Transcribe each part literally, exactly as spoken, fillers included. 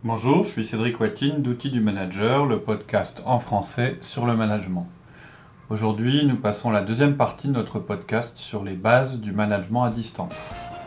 Bonjour, je suis Cédric Watine d'Outils du Manager, le podcast en français sur le management. Aujourd'hui, nous passons à la deuxième partie de notre podcast sur les bases du management à distance.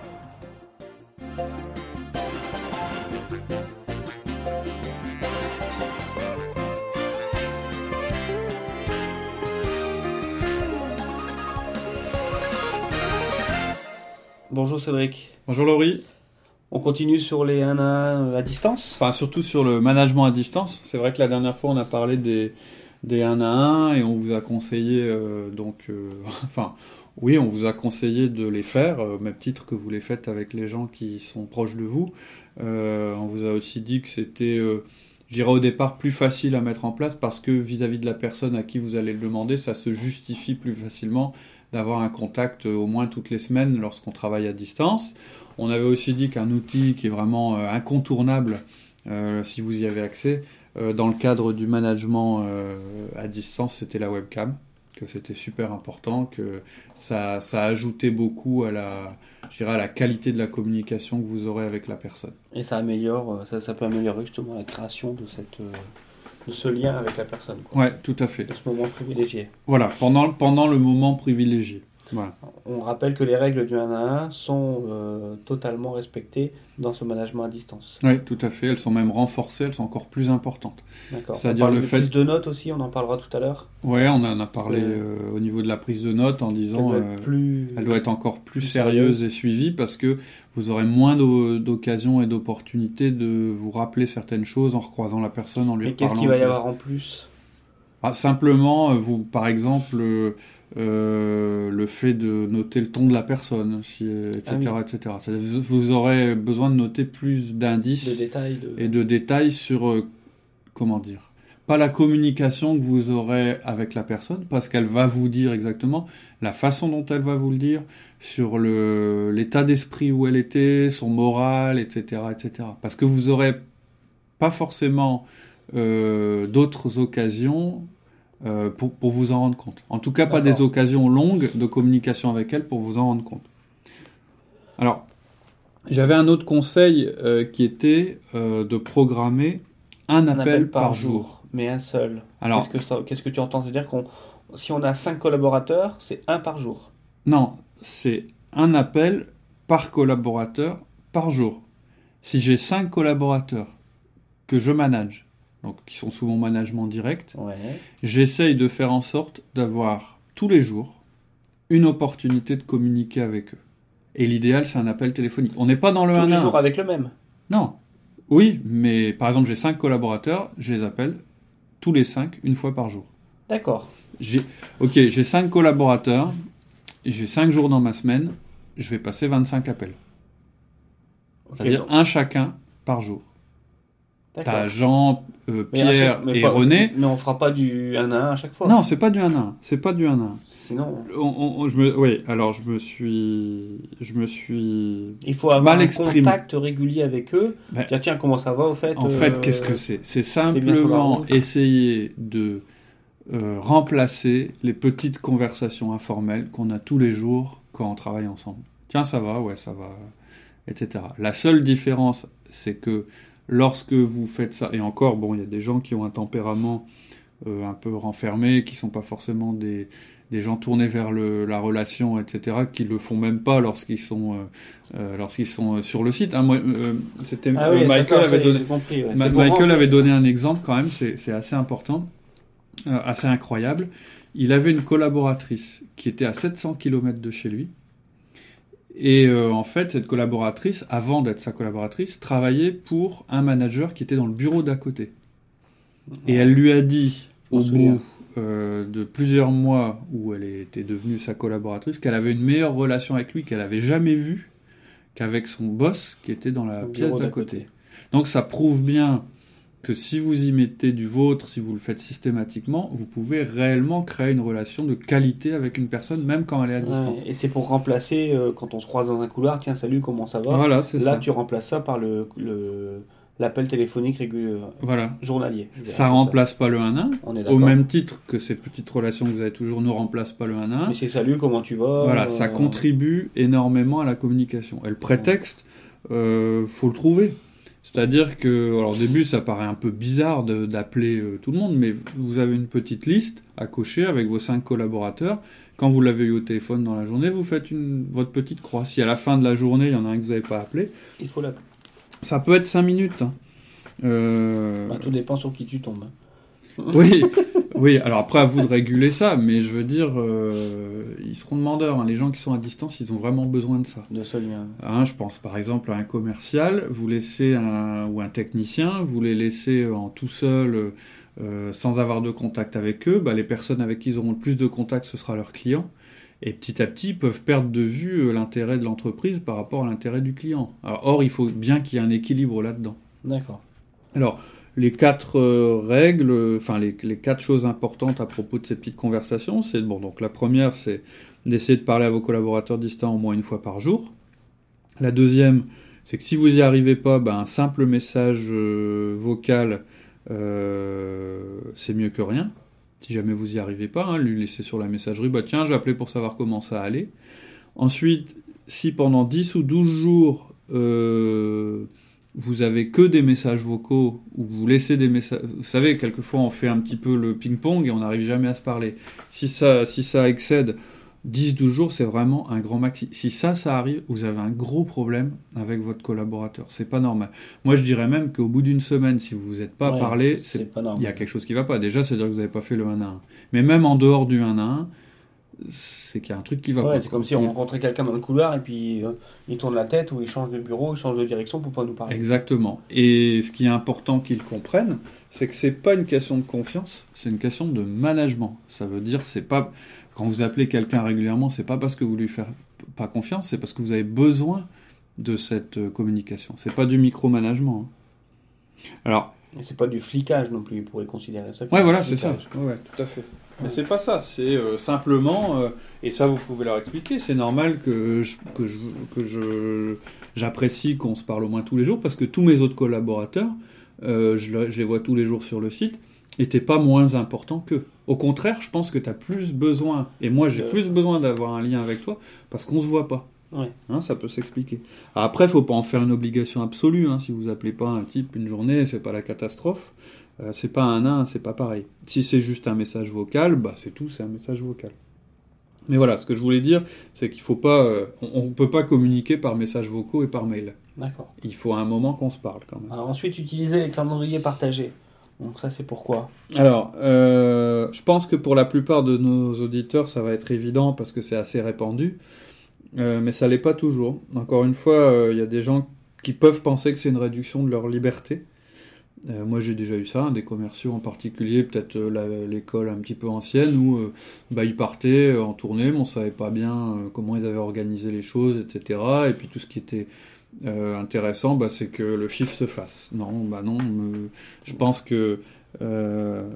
Bonjour Cédric. Bonjour Laurie. On continue sur les un à un à distance. Enfin, surtout sur le management à distance. C'est vrai que la dernière fois, on a parlé des, des un à un et on vous a conseillé, euh, donc, euh, enfin, oui, on vous a conseillé de les faire, au même titre que vous les faites avec les gens qui sont proches de vous. Euh, on vous a aussi dit que c'était, euh, je dirais au départ, plus facile à mettre en place parce que vis-à-vis de la personne à qui vous allez le demander, ça se justifie plus facilement d'avoir un contact euh, au moins toutes les semaines lorsqu'on travaille à distance. On avait aussi dit qu'un outil qui est vraiment euh, incontournable, euh, si vous y avez accès, euh, dans le cadre du management euh, à distance, c'était la webcam, que c'était super important, que ça, ça ajoutait beaucoup à la, je dirais, à la qualité de la communication que vous aurez avec la personne. Et ça améliore, ça, ça peut améliorer justement la création de, cette, de ce lien avec la personne. Quoi. Ouais, tout à fait. De ce moment privilégié. Voilà, pendant, pendant le moment privilégié. Voilà. On rappelle que les règles du un à un sont euh, totalement respectées dans ce management à distance. Oui, tout à fait. Elles sont même renforcées, elles sont encore plus importantes. D'accord. C'est-à-dire on parle le de fait prise de notes aussi, on en parlera tout à l'heure. Oui, on en a parlé Euh, euh, au niveau de la prise de notes en disant Elle qu'elle doit être plus... elle doit être encore plus, plus sérieuse sérieuse. et suivie parce que vous aurez moins d'o- d'occasions et d'opportunités de vous rappeler certaines choses en recroisant la personne, en lui Mais qu'est-ce reparlant. qu'il va y et cetera. avoir en plus? Ah, simplement, euh, vous, par exemple, euh, euh, le fait de noter le ton de la personne, si, euh, et cetera, Ah oui. et cetera. C'est-à-dire que Vous vous aurez besoin de noter plus De d'indices détails de... et de détails sur, euh, comment dire, pas la communication que vous aurez avec la personne, parce qu'elle va vous dire exactement la façon dont elle va vous le dire, sur le, l'état d'esprit où elle était, son moral, et cetera, et cetera. Parce que vous aurez pas forcément euh, d'autres occasions euh, pour, pour vous en rendre compte. En tout cas, pas D'accord. des occasions longues de communication avec elle pour vous en rendre compte. Alors, j'avais un autre conseil euh, qui était euh, de programmer un appel, Un appel par, jour. mais un seul. Alors, Qu'est-ce que, ça- qu'est-ce que tu entends? C'est-à-dire qu'on, si on a cinq collaborateurs, c'est un par jour. non, c'est un appel par collaborateur par jour. Si j'ai cinq collaborateurs que je manage, donc qui sont sous mon management direct, Ouais. j'essaye de faire en sorte d'avoir tous les jours une opportunité de communiquer avec eux. Et l'idéal, c'est un appel téléphonique. On n'est pas dans le Tous un les à un. jours avec le même. Non. Oui, mais par exemple, j'ai cinq collaborateurs, je les appelle tous les cinq, une fois par jour. D'accord. J'ai, ok, j'ai cinq collaborateurs, et j'ai cinq jours dans ma semaine, je vais passer vingt-cinq appels. Ok, C'est-à-dire donc, un chacun par jour. d'accord. T'as Jean, euh, Mais à Pierre chaque- mais et pas- René. Mais on fera pas du un à un à chaque fois. Non, c'est pas du un à un. C'est pas du un à un. Sinon, On, on- on- je me, oui, alors je me suis, je me suis. il faut avoir Mal un exprimé. contact régulier avec eux. Ben, Dire, tiens, comment ça va au fait? En euh, fait, qu'est-ce que c'est? C'est bien sur la simplement route. essayer de euh, remplacer les petites conversations informelles qu'on a tous les jours quand on travaille ensemble. Tiens, ça va, ouais, ça va, et cetera. La seule différence, c'est que lorsque vous faites ça, et encore, bon, il y a des gens qui ont un tempérament euh, un peu renfermé, qui sont pas forcément des, des gens tournés vers le, la relation, et cetera, qui le font même pas lorsqu'ils sont, euh, euh, lorsqu'ils sont euh, sur le site. Hein, moi, euh, c'était, Ah euh, oui, Michael d'accord, avait ça, donné, j'ai compris. Ouais. Ma- C'est pour Michael rendre- avait donné un exemple quand même, c'est, c'est assez important, euh, assez incroyable. Il avait une collaboratrice qui était à sept cents kilomètres de chez lui. Et euh, en fait, cette collaboratrice, avant d'être sa collaboratrice, travaillait pour un manager qui était dans le bureau d'à côté. Et elle lui a dit, Je au me souviens. bout euh, de plusieurs mois où elle était devenue sa collaboratrice, qu'elle avait une meilleure relation avec lui qu'elle avait jamais vue qu'avec son boss qui était dans la Au pièce bureau d'à d'à côté. côté. Donc ça prouve bien que si vous y mettez du vôtre, si vous le faites systématiquement, vous pouvez réellement créer une relation de qualité avec une personne, même quand elle est à distance. Ouais, et c'est pour remplacer, euh, quand on se croise dans un couloir, tiens, salut, comment ça va? Voilà, c'est Là, ça. tu remplaces ça par le, le, l'appel téléphonique régulier, Voilà. journalier. je dirais, Ça comme remplace pas le un à un, On est au d'accord. même titre que ces petites relations que vous avez toujours ne remplacent pas le un à un. Mais c'est salut, comment tu vas? Voilà, ça euh, contribue énormément à la communication. Et le prétexte, euh, faut le trouver. C'est-à-dire que, alors au début, ça paraît un peu bizarre de, d'appeler euh, tout le monde, mais vous avez une petite liste à cocher avec vos cinq collaborateurs. Quand vous l'avez eu au téléphone dans la journée, vous faites une, votre petite croix. Si à la fin de la journée, il y en a un que vous n'avez pas appelé, il faut l'appeler. Ça peut être cinq minutes. Hein. Euh... Bah, tout dépend sur qui tu tombes. Oui, oui. Alors après, à vous de réguler ça, mais je veux dire, euh, ils seront demandeurs. Hein. Les gens qui sont à distance, ils ont vraiment besoin de ça. De ce lien. Hein, je pense par exemple à un commercial, vous laissez un ou un technicien, vous les laissez en tout seul, euh, sans avoir de contact avec eux. Bah, les personnes avec qui ils auront le plus de contact, ce sera leurs clients. Et petit à petit, ils peuvent perdre de vue l'intérêt de l'entreprise par rapport à l'intérêt du client. Alors, or, il faut bien qu'il y ait un équilibre là-dedans. D'accord. Alors, les quatre euh, règles, enfin les, les quatre choses importantes à propos de ces petites conversations, c'est bon. Donc la première, c'est d'essayer de parler à vos collaborateurs distants au moins une fois par jour. La deuxième, c'est que si vous n'y arrivez pas, ben, un simple message euh, vocal, euh, c'est mieux que rien. Si jamais vous n'y arrivez pas, hein, lui laisser sur la messagerie, bah tiens, j'ai appelé pour savoir comment ça allait. Ensuite, si pendant dix ou douze jours, euh, vous avez que des messages vocaux, ou vous laissez des messages... Vous savez, quelquefois on fait un petit peu le ping-pong et on n'arrive jamais à se parler. Si ça, si ça excède dix douze jours, c'est vraiment un grand maxi. Si ça, ça arrive, vous avez un gros problème avec votre collaborateur. C'est pas normal. Moi, je dirais même qu'au bout d'une semaine, si vous vous êtes pas ouais, parlé, c'est c'est... pas normal. Il y a quelque chose qui va pas. Déjà, c'est-à-dire que vous n'avez pas fait le un à un. Mais même en dehors du un à un, c'est qu'il y a un truc qui va ouais, pas. C'est comme si on rencontrait quelqu'un dans le couloir et puis euh, il tourne la tête ou il change de bureau, il change de direction pour pas nous parler. Exactement. Et ce qui est important qu'ils comprennent, c'est que c'est pas une question de confiance, c'est une question de management. Ça veut dire, c'est pas quand vous appelez quelqu'un régulièrement, c'est pas parce que vous lui faites pas confiance, c'est parce que vous avez besoin de cette euh, communication. C'est pas du micromanagement. Hein. Alors. Et c'est pas du flicage non plus, il pourrait considérer ça. Ouais, voilà, c'est ça. Ouais, ouais, tout à fait. Mais c'est pas ça, c'est euh, simplement, euh, et ça vous pouvez leur expliquer, c'est normal que je, que je, que je, j'apprécie qu'on se parle au moins tous les jours, parce que tous mes autres collaborateurs, euh, je, je les vois tous les jours sur le site, n'étaient pas moins importants qu'eux. Au contraire, je pense que tu as plus besoin, et moi j'ai plus besoin d'avoir un lien avec toi, parce qu'on se voit pas. Ouais. Hein, ça peut s'expliquer. Alors après, il ne faut pas en faire une obligation absolue. Hein. Si vous appelez pas un type une journée, c'est pas la catastrophe. Euh, c'est pas un un, c'est pas pareil. Si c'est juste un message vocal, bah c'est tout, c'est un message vocal. Mais voilà, ce que je voulais dire, c'est qu'il faut pas, euh, on ne peut pas communiquer par messages vocaux et par mail. D'accord. Il faut à un moment qu'on se parle quand même. Alors ensuite, utiliser les calendriers partagés. Donc ça, c'est pourquoi ? Alors, euh, je pense que pour la plupart de nos auditeurs, ça va être évident parce que c'est assez répandu. Euh, mais ça l'est pas toujours. Encore une fois, il euh, y a des gens qui peuvent penser que c'est une réduction de leur liberté. Euh, moi, j'ai déjà eu ça, hein, des commerciaux en particulier, peut-être euh, la, l'école un petit peu ancienne, où euh, bah, ils partaient en tournée, mais on savait pas bien euh, comment ils avaient organisé les choses, et cetera. Et puis tout ce qui était euh, intéressant, bah, c'est que le chiffre se fasse. Non, bah non. Me... Je pense que euh,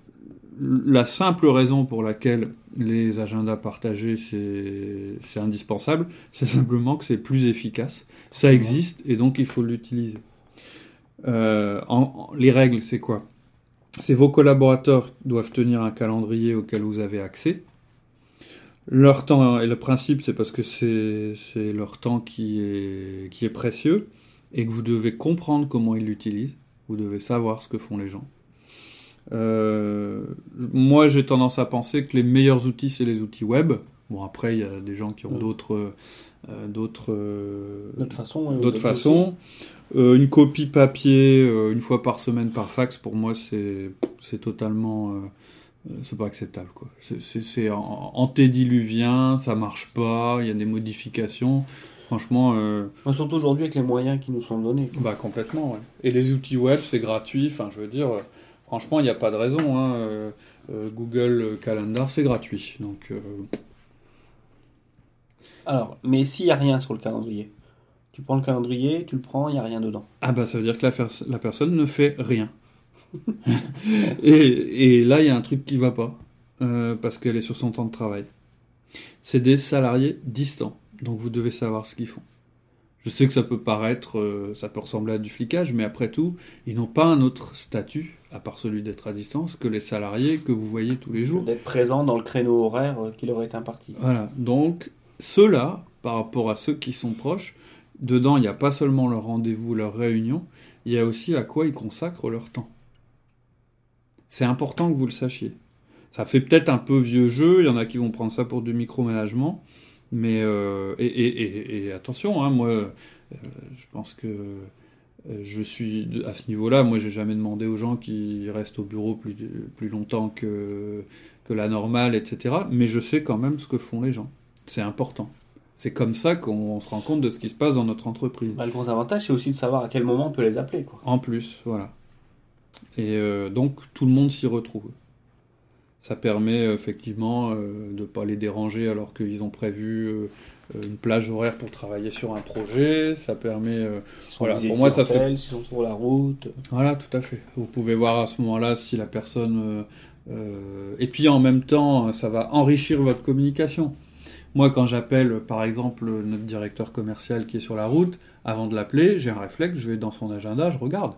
la simple raison pour laquelle les agendas partagés, c'est, c'est indispensable, c'est simplement que c'est plus efficace. Ça existe et donc il faut l'utiliser. Euh, en, en, les règles, c'est quoi ? C'est vos collaborateurs doivent tenir un calendrier auquel vous avez accès. Leur temps, et le principe, c'est parce que c'est, c'est leur temps qui est, qui est précieux et que vous devez comprendre comment ils l'utilisent. Vous devez savoir ce que font les gens. Euh, moi, j'ai tendance à penser que les meilleurs outils, c'est les outils web. Bon, après, il y a des gens qui ont d'autres, euh, d'autres, euh, d'autres façons. Oui, d'autres façons. Euh, une copie papier, euh, une fois par semaine par fax, pour moi, c'est, c'est totalement... Euh, c'est pas acceptable, quoi. C'est, c'est, c'est antédiluvien, ça marche pas, il y a des modifications. Franchement... Euh... Surtout aujourd'hui avec les moyens qui nous sont donnés. Quoi. Bah, complètement, ouais. Et les outils web, c'est gratuit, enfin, je veux dire... Euh, Franchement, il n'y a pas de raison. Hein. Euh, euh, Google Calendar, c'est gratuit. Donc, euh... Alors, mais s'il n'y a rien sur le calendrier, tu prends le calendrier, tu le prends, il n'y a rien dedans. Ah bah ça veut dire que la, fer- la personne ne fait rien. et, et là, il y a un truc qui ne va pas. Euh, parce qu'elle est sur son temps de travail. C'est des salariés distants. Donc vous devez savoir ce qu'ils font. Je sais que ça peut paraître, euh, ça peut ressembler à du flicage, mais après tout, ils n'ont pas un autre statut, à part celui d'être à distance, que les salariés que vous voyez tous les jours. D'être présents dans le créneau horaire qui leur est imparti. Voilà, donc ceux-là, par rapport à ceux qui sont proches, dedans, il n'y a pas seulement leur rendez-vous, leur réunion, il y a aussi à quoi ils consacrent leur temps. C'est important que vous le sachiez. Ça fait peut-être un peu vieux jeu, il y en a qui vont prendre ça pour du micromanagement, mais euh, et, et, et, et attention, hein, moi, euh, je pense que euh, je suis à ce niveau-là. Moi, j'ai jamais demandé aux gens qui restent au bureau plus plus longtemps que que la normale, et cetera. Mais je sais quand même ce que font les gens. C'est important. C'est comme ça qu'on se rend compte de ce qui se passe dans notre entreprise. Bah, le gros avantage, c'est aussi de savoir à quel moment on peut les appeler, quoi. En plus, voilà. Et euh, donc, tout le monde s'y retrouve. Ça permet euh, effectivement euh, de ne pas les déranger alors qu'ils ont prévu euh, une plage horaire pour travailler sur un projet. Ça permet... Euh, voilà, pour moi, ça fait... Ils sont sur la route. Voilà, tout à fait. Vous pouvez voir à ce moment-là si la personne... Euh, euh, et puis, en même temps, ça va enrichir votre communication. Moi, quand j'appelle, par exemple, notre directeur commercial qui est sur la route, avant de l'appeler, j'ai un réflexe, je vais dans son agenda, je regarde.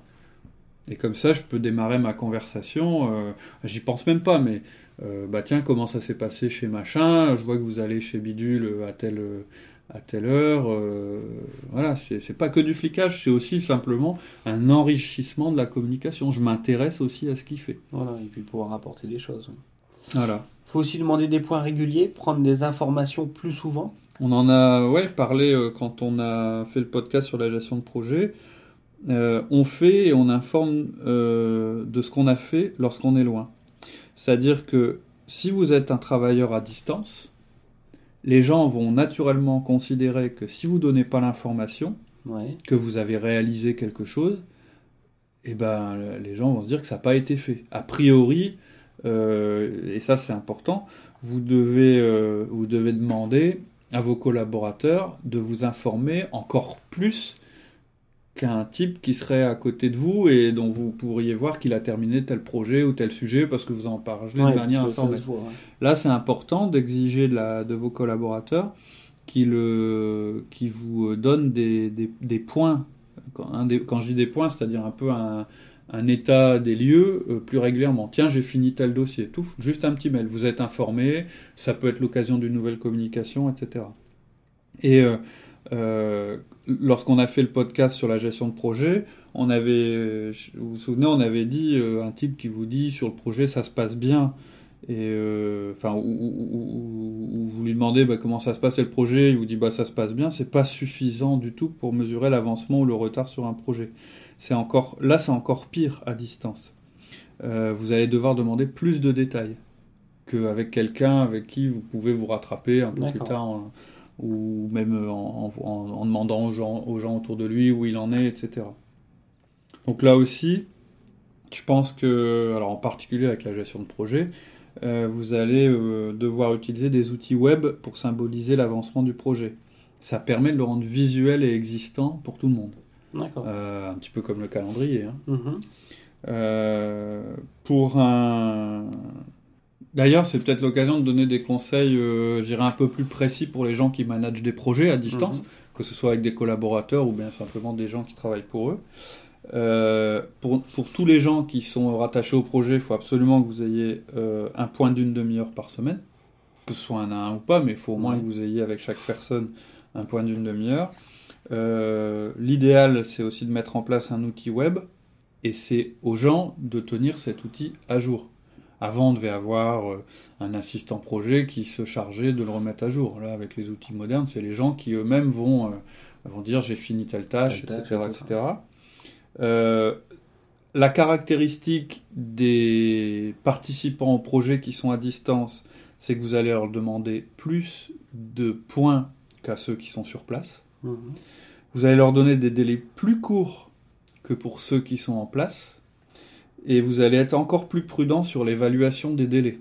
Et comme ça, je peux démarrer ma conversation. Euh, j'y pense même pas, mais euh, bah tiens, comment ça s'est passé chez machin ? Je vois que vous allez chez Bidule à telle à telle heure. Euh, voilà, c'est c'est pas que du flicage, c'est aussi simplement un enrichissement de la communication. Je m'intéresse aussi à ce qu'il fait. Voilà, et puis pouvoir apporter des choses. Voilà. Faut aussi demander des points réguliers, prendre des informations plus souvent. On en a ouais parlé euh, quand on a fait le podcast sur la gestion de projet. Euh, on fait et on informe euh, de ce qu'on a fait lorsqu'on est loin. C'est-à-dire que si vous êtes un travailleur à distance, les gens vont naturellement considérer que si vous ne donnez pas l'information, ouais. que vous avez réalisé quelque chose, eh ben, les gens vont se dire que ça n'a pas été fait. A priori, euh, et ça c'est important, vous devez, euh, vous devez demander à vos collaborateurs de vous informer encore plus qu'un type qui serait à côté de vous et dont vous pourriez voir qu'il a terminé tel projet ou tel sujet parce que vous en parlez ouais, de manière informelle. Voit, ouais. Là, c'est important d'exiger de, la, de vos collaborateurs qu'ils, euh, qu'ils vous donnent des, des, des points. Quand, hein, des, quand je dis des points, c'est-à-dire un peu un, un état des lieux euh, plus régulièrement. Tiens, j'ai fini tel dossier. Tout, juste un petit mail. Vous êtes informé, ça peut être l'occasion d'une nouvelle communication, et cetera. Et... Euh, Euh, lorsqu'on a fait le podcast sur la gestion de projet, on avait, vous vous souvenez, on avait dit euh, un type qui vous dit sur le projet ça se passe bien, et euh, enfin, ou, ou, ou vous lui demandez bah, comment ça se passe le projet, il vous dit bah ça se passe bien, c'est pas suffisant du tout pour mesurer l'avancement ou le retard sur un projet. C'est encore, là c'est encore pire à distance. Euh, vous allez devoir demander plus de détails qu'avec quelqu'un avec qui vous pouvez vous rattraper un peu D'accord. plus tard. En, ou même en, en, en demandant aux gens, aux gens autour de lui où il en est, et cetera. Donc là aussi, je pense que, alors en particulier avec la gestion de projet, euh, vous allez euh, devoir utiliser des outils web pour symboliser l'avancement du projet. Ça permet de le rendre visuel et existant pour tout le monde. D'accord. Euh, un petit peu comme le calendrier. Hein. Mm-hmm. Euh, pour un... D'ailleurs, c'est peut-être l'occasion de donner des conseils, euh, je dirais, un peu plus précis pour les gens qui managent des projets à distance, mmh. que ce soit avec des collaborateurs ou bien simplement des gens qui travaillent pour eux. Euh, pour, pour tous les gens qui sont rattachés au projet, il faut absolument que vous ayez euh, un point d'une demi-heure par semaine, que ce soit un à un ou pas, mais il faut au moins mmh. que vous ayez avec chaque personne un point d'une demi-heure. Euh, l'idéal, c'est aussi de mettre en place un outil web, et c'est aux gens de tenir cet outil à jour. Avant, on devait avoir euh, un assistant projet qui se chargeait de le remettre à jour. Là, avec les outils modernes, c'est les gens qui eux-mêmes vont, euh, vont dire j'ai fini telle tâche, telle et cetera, tâche, et cetera. Euh, la caractéristique des participants au projet qui sont à distance, c'est que vous allez leur demander plus de points qu'à ceux qui sont sur place. Mmh. Vous allez leur donner des délais plus courts que pour ceux qui sont en place. Et vous allez être encore plus prudent sur l'évaluation des délais.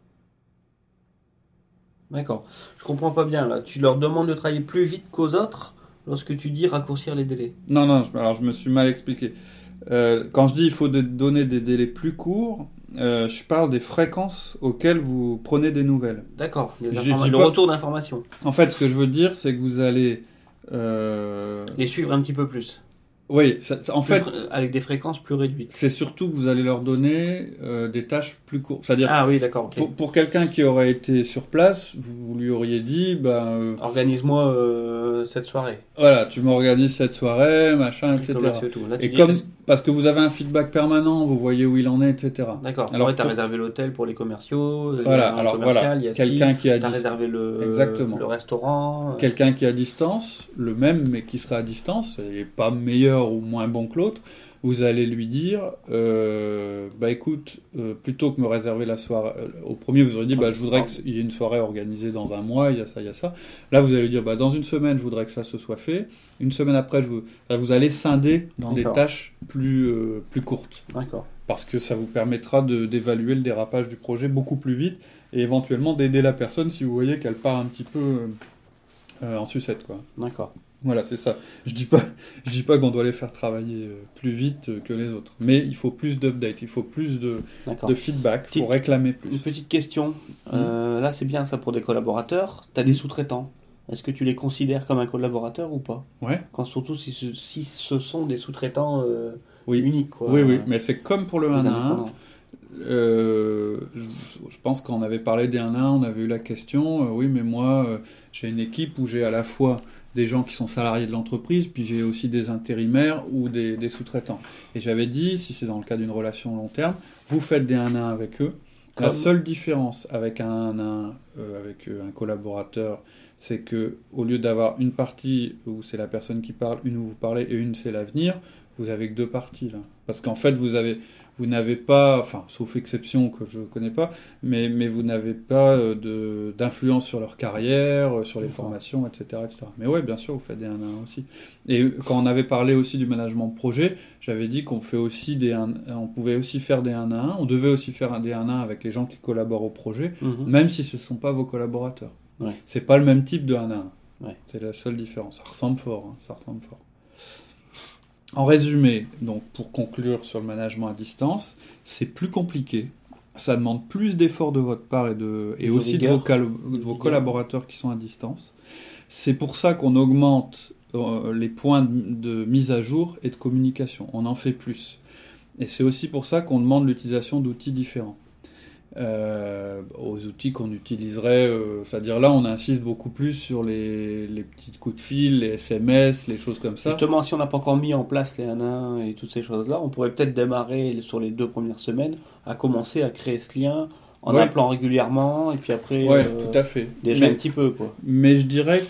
D'accord. Je comprends pas bien, là. Tu leur demandes de travailler plus vite qu'aux autres lorsque tu dis raccourcir les délais. Non, non, alors je me suis mal expliqué. Euh, quand je dis il faut de, donner des délais plus courts, euh, je parle des fréquences auxquelles vous prenez des nouvelles. D'accord, les informa- le pas... retour d'informations. En fait, ce que je veux dire, c'est que vous allez... Euh... les suivre un petit peu plus. Oui, ça- ça- en Plus fait, fr- avec des fréquences plus réduites. c'est surtout que vous allez leur donner euh, des tâches plus courtes. C'est-à-dire, Ah oui, d'accord, ok. pour, pour quelqu'un qui aurait été sur place, vous lui auriez dit, ben, euh, Organise-moi euh, cette soirée. voilà, tu m'organises cette soirée, machin, Puis et cetera. commerciaux et tout. Là, tu Et dis, comme, est-ce- parce que vous avez un feedback permanent, vous voyez où il en est, et cetera. D'accord. Alors, Alors, tu as pour- réservé l'hôtel pour les commerciaux. il y a Voilà, un alors commercial, voilà, il y a quelqu'un ci, qui a t'as dit réservé le, Exactement. le restaurant. euh, quelqu'un qui est à distance, le même mais qui sera à distance, et pas meilleur ou moins bon que l'autre, vous allez lui dire, euh, bah écoute, euh, plutôt que me réserver la soirée, euh, au premier vous aurez dit, bah je voudrais qu'il y ait une soirée organisée dans un mois, il y a ça, il y a ça. Là vous allez lui dire, bah dans une semaine je voudrais que ça se soit fait, une semaine après je vous, là, vous allez scinder dans des D'accord. tâches plus, euh, plus courtes, D'accord. parce que ça vous permettra de- d'évaluer le dérapage du projet beaucoup plus vite, et éventuellement d'aider la personne si vous voyez qu'elle part un petit peu euh, euh, en sucette, quoi. D'accord. Voilà, c'est ça. Je dis pas, je dis pas qu'on doit les faire travailler euh, plus vite euh, que les autres, mais il faut plus d'updates, il faut plus de, D'accord. de feedback, il Petite- faut réclamer Une plus. petite question. Euh, là, c'est bien ça pour des collaborateurs. Tu as des Mm. sous-traitants. Est-ce que tu les considères comme un collaborateur ou pas? Ouais, Quand, surtout si ce, si ce sont des sous-traitants euh, oui, uniques. Quoi. oui, oui, mais c'est comme pour le Des un à un. indépendants. Euh, je, je pense qu'on avait parlé des un à un, on avait eu la question, euh, oui, mais moi, euh, j'ai une équipe où j'ai à la fois des gens qui sont salariés de l'entreprise, puis j'ai aussi des intérimaires ou des, des sous-traitants. Et j'avais dit, si c'est dans le cas d'une relation long terme, vous faites des un à un avec eux. La Comme- seule différence avec un un à un, euh, avec euh, un collaborateur, c'est que au lieu d'avoir une partie où c'est la personne qui parle, une où vous parlez et une c'est l'avenir, vous avez que deux parties là. Parce qu'en fait, vous avez, vous n'avez pas, enfin, sauf exception que je connais pas, mais, mais vous n'avez pas euh, de, d'influence sur leur carrière, euh, sur les D'accord. formations, et cetera, et cetera. Mais ouais, bien sûr, vous faites des un à un aussi. Et quand on avait parlé aussi du management de projet, j'avais dit qu'on fait aussi des un- on pouvait aussi faire des un à un, on devait aussi faire des un à un avec les gens qui collaborent au projet, Mhm. même si ce ne sont pas vos collaborateurs. Ouais. C'est pas le même type de un à un. Ouais. C'est la seule différence. Ça ressemble fort, hein, ça ressemble fort. En résumé, donc pour conclure sur le management à distance, c'est plus compliqué. Ça demande plus d'efforts de votre part et, de, et De aussi de rigueur. vos, cal- de vos rigueur. collaborateurs qui sont à distance. C'est pour ça qu'on augmente euh, les points de, de mise à jour et de communication. On en fait plus. Et c'est aussi pour ça qu'on demande l'utilisation d'outils différents. Euh, aux outils qu'on utiliserait, euh, c'est-à-dire là on insiste beaucoup plus sur les, les petits coups de fil, les S M S, les choses comme ça. Justement, si on n'a pas encore mis en place les un à un et toutes ces choses-là, on pourrait peut-être démarrer sur les deux premières semaines à commencer à créer ce lien en Ouais. appelant régulièrement et puis après Ouais, euh, tout à fait. déjà Mais, un petit peu quoi. mais je dirais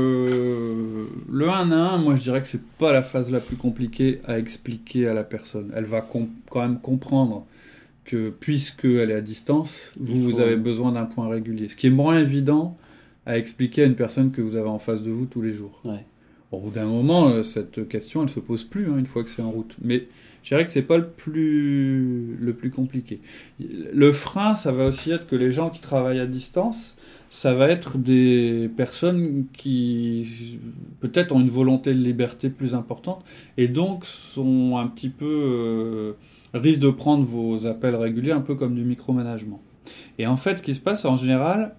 que le un à un, moi je dirais que c'est pas la phase la plus compliquée à expliquer à la personne. Elle va com- quand même comprendre que puisqu'elle est à distance, vous, Il faut- vous avez besoin d'un point régulier. Ce qui est moins évident à expliquer à une personne que vous avez en face de vous tous les jours. Ouais. Au bout d'un moment, euh, cette question, elle se pose plus hein, une fois que c'est en route. Mais je dirais que c'est pas le plus, le plus compliqué. Le frein, ça va aussi être que les gens qui travaillent à distance, ça va être des personnes qui peut-être ont une volonté de liberté plus importante et donc sont un petit peu euh, risquent de prendre vos appels réguliers un peu comme du micromanagement. Et en fait, ce qui se passe en général,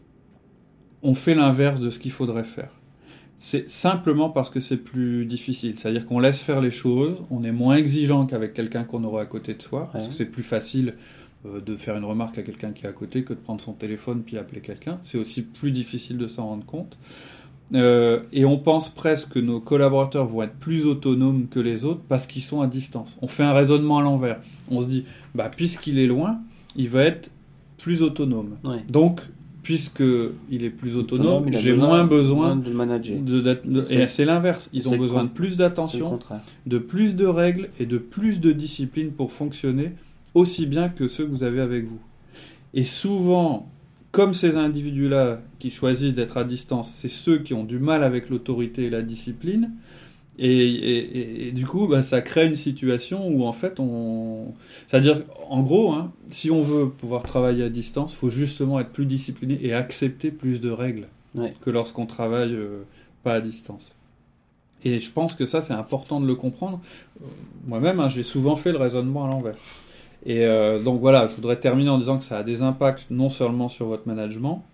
on fait l'inverse de ce qu'il faudrait faire. C'est simplement parce que c'est plus difficile. C'est-à-dire qu'on laisse faire les choses, on est moins exigeant qu'avec quelqu'un qu'on aurait à côté de soi, parce Ouais. que c'est plus facile euh, de faire une remarque à quelqu'un qui est à côté que de prendre son téléphone puis appeler quelqu'un. C'est aussi plus difficile de s'en rendre compte. Euh, et on pense presque que nos collaborateurs vont être plus autonomes que les autres parce qu'ils sont à distance. On fait un raisonnement à l'envers. On se dit, bah, puisqu'il est loin, il va être plus autonome. Ouais. Donc, puisqu'il est plus autonome, Autonome, il a j'ai besoin- moins besoin de manager. de, d'être- de- C'est- et c'est l'inverse. Ils c'est ont le besoin con- de plus C'est le d'attention, contraire. de plus de règles et de plus de discipline pour fonctionner aussi bien que ceux que vous avez avec vous. Et souvent, comme ces individus-là qui choisissent d'être à distance, c'est ceux qui ont du mal avec l'autorité et la discipline. Et, et- et- et du coup, bah, ça crée une situation où en fait, on... C'est-à-dire, en gros, hein, si on veut pouvoir travailler à distance, il faut justement être plus discipliné et accepter plus de règles Ouais. que lorsqu'on travaille euh, pas à distance. Et je pense que ça, c'est important de le comprendre. Euh, Moi-même, hein, j'ai souvent fait le raisonnement à l'envers. Et euh, donc voilà, je voudrais terminer en disant que ça a des impacts non seulement sur votre management,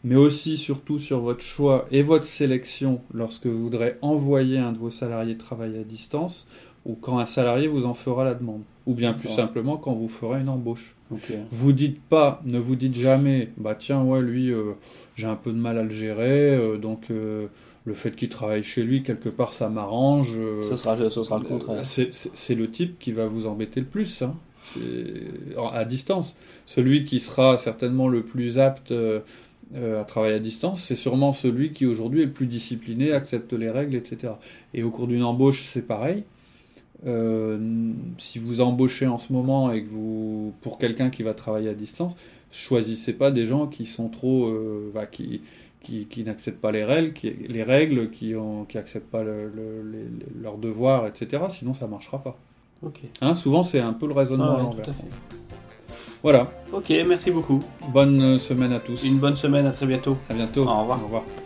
mais aussi surtout sur votre choix et votre sélection lorsque vous voudrez envoyer un de vos salariés travailler à distance, ou quand un salarié vous en fera la demande, ou bien plus simplement quand vous ferez une embauche. Okay. Vous dites pas, ne vous dites jamais, bah tiens ouais lui euh, j'ai un peu de mal à le gérer, euh, donc euh, le fait qu'il travaille chez lui quelque part ça m'arrange. Euh, ce sera, ce sera le contraire. Euh, c'est, c'est, c'est le type qui va vous embêter le plus, hein. C'est, à distance. Celui qui sera certainement le plus apte euh, euh, à travailler à distance, c'est sûrement celui qui aujourd'hui est le plus discipliné, accepte les règles, et cetera. Et au cours d'une embauche, c'est pareil. Euh, si vous embauchez en ce moment et que vous, pour quelqu'un qui va travailler à distance, choisissez pas des gens qui sont trop, euh, bah, qui, qui, qui n'acceptent pas les règles, qui, les règles, qui ont, qui acceptent pas le, le, les, leurs devoirs, et cetera. Sinon, ça marchera pas. Ok. Hein, souvent, c'est un peu le raisonnement ah, ouais, à l'envers. tout à fait. Voilà. Ok, merci beaucoup. Bonne semaine à tous. Une bonne semaine, à très bientôt. À bientôt. Au revoir. Au revoir.